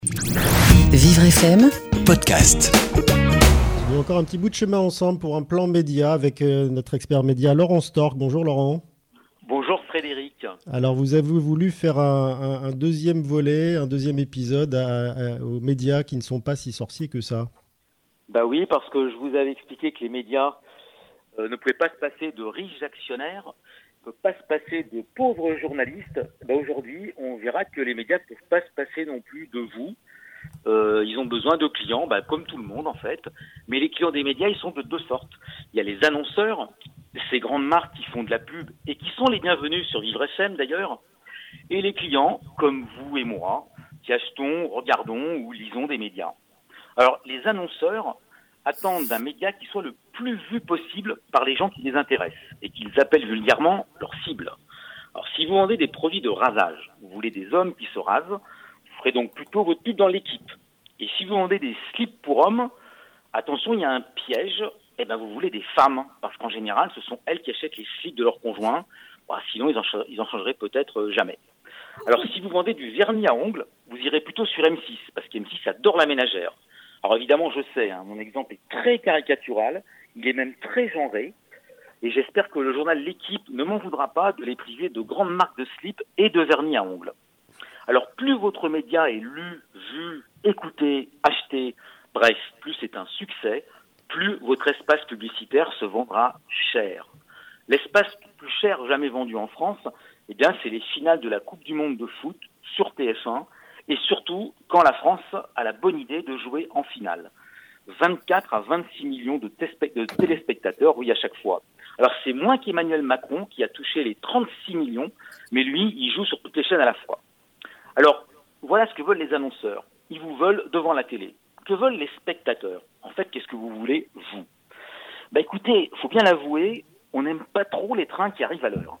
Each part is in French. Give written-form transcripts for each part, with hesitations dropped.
Vivre FM Podcast. On a encore un petit bout de chemin ensemble pour un plan média avec notre expert média Laurent Storck. Bonjour Laurent. Bonjour Frédéric. Alors vous avez voulu faire un deuxième volet, un deuxième épisode aux médias qui ne sont pas si sorciers que ça. Bah oui, parce que je vous avais expliqué que les médias ne pouvaient pas se passer de riches actionnaires, ne peuvent pas se passer de pauvres journalistes. Bah aujourd'hui, on verra que les médias ne peuvent pas se passer non plus de vous. Ils ont besoin de clients, comme tout le monde en fait. Mais les clients des médias, ils sont de deux sortes. Il y a les annonceurs, ces grandes marques qui font de la pub et qui sont les bienvenus sur Vivre FM d'ailleurs. Et les clients, comme vous et moi, qui achetons, regardons ou lisons des médias. Alors les annonceurs attendent d'un média qui soit le plus vu possible par les gens qui les intéressent et qu'ils appellent vulgairement leur cible. Alors si vous vendez des produits de rasage, vous voulez des hommes qui se rasent, vous ferez donc plutôt votre pub dans l'équipe. Et si vous vendez des slips pour hommes, attention, il y a un piège, vous voulez des femmes, parce qu'en général, ce sont elles qui achètent les slips de leurs conjoints, sinon ils en changeraient peut-être jamais. Alors si vous vendez du vernis à ongles, vous irez plutôt sur M6, parce qu'M6 adore la ménagère. Alors évidemment, je sais, mon exemple est très caricatural, il est même très genré, et j'espère que le journal L'Équipe ne m'en voudra pas de les priver de grandes marques de slips et de vernis à ongles. Alors plus votre média est lu, vu, écouté, acheté, bref, plus c'est un succès, plus votre espace publicitaire se vendra cher. L'espace le plus cher jamais vendu en France, c'est les finales de la Coupe du Monde de foot sur TF1, et surtout quand la France a la bonne idée de jouer en finale. 24 à 26 millions de téléspectateurs, oui, à chaque fois. Alors c'est moins qu'Emmanuel Macron qui a touché les 36 millions, mais lui, il joue sur toutes les chaînes à la fois. Alors, voilà ce que veulent les annonceurs. Ils vous veulent devant la télé. Que veulent les spectateurs? En fait, qu'est-ce que vous voulez, vous? Écoutez, faut bien l'avouer, on n'aime pas trop les trains qui arrivent à l'heure.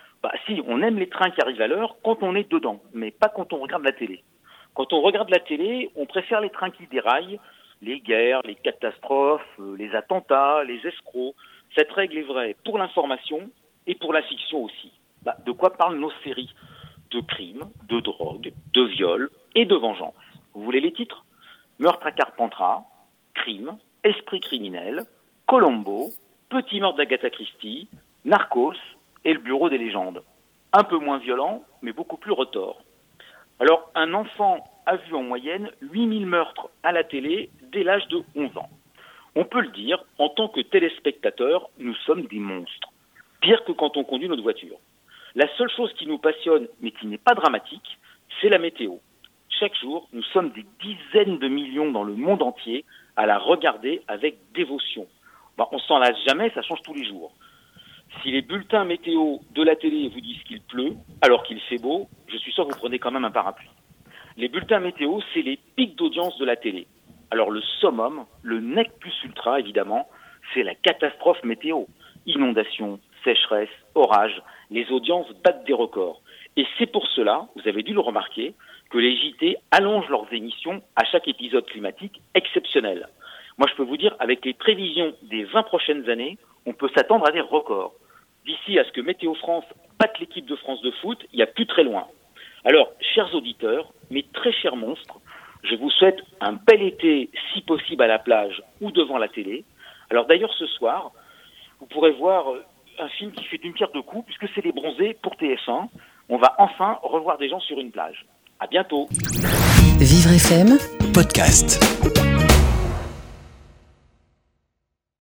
Si, on aime les trains qui arrivent à l'heure quand on est dedans, mais pas quand on regarde la télé. Quand on regarde la télé, on préfère les trains qui déraillent, les guerres, les catastrophes, les attentats, les escrocs. Cette règle est vraie pour l'information et pour la fiction aussi. De quoi parlent nos séries? De crimes, de drogue, de viols et de vengeance. Vous voulez les titres? Meurtre à Carpentras, Crime, Esprit criminel, Colombo, Petit meurtre d'Agatha Christie, Narcos et Le bureau des légendes. Un peu moins violent, mais beaucoup plus retors. Alors, un enfant a vu en moyenne 8000 meurtres à la télé dès l'âge de 11 ans. On peut le dire, en tant que téléspectateurs, nous sommes des monstres. Pire que quand on conduit notre voiture. La seule chose qui nous passionne, mais qui n'est pas dramatique, c'est la météo. Chaque jour, nous sommes des dizaines de millions dans le monde entier à la regarder avec dévotion. On s'en lasse jamais, ça change tous les jours. Si les bulletins météo de la télé vous disent qu'il pleut, alors qu'il fait beau, je suis sûr que vous prenez quand même un parapluie. Les bulletins météo, c'est les pics d'audience de la télé. Alors le summum, le nec plus ultra évidemment, c'est la catastrophe météo. Inondations, sécheresse, orages, les audiences battent des records. Et c'est pour cela, vous avez dû le remarquer, que les JT allongent leurs émissions à chaque épisode climatique exceptionnel. Moi je peux vous dire, avec les prévisions des 20 prochaines années, on peut s'attendre à des records. D'ici à ce que Météo France batte l'équipe de France de foot, il n'y a plus très loin. Alors, chers auditeurs, mes très chers monstres, je vous souhaite un bel été, si possible à la plage ou devant la télé. Alors d'ailleurs, ce soir, vous pourrez voir un film qui fait d'une pierre deux coups, puisque c'est Les Bronzés pour TF1. On va enfin revoir des gens sur une plage. À bientôt. Vivre FM Podcast.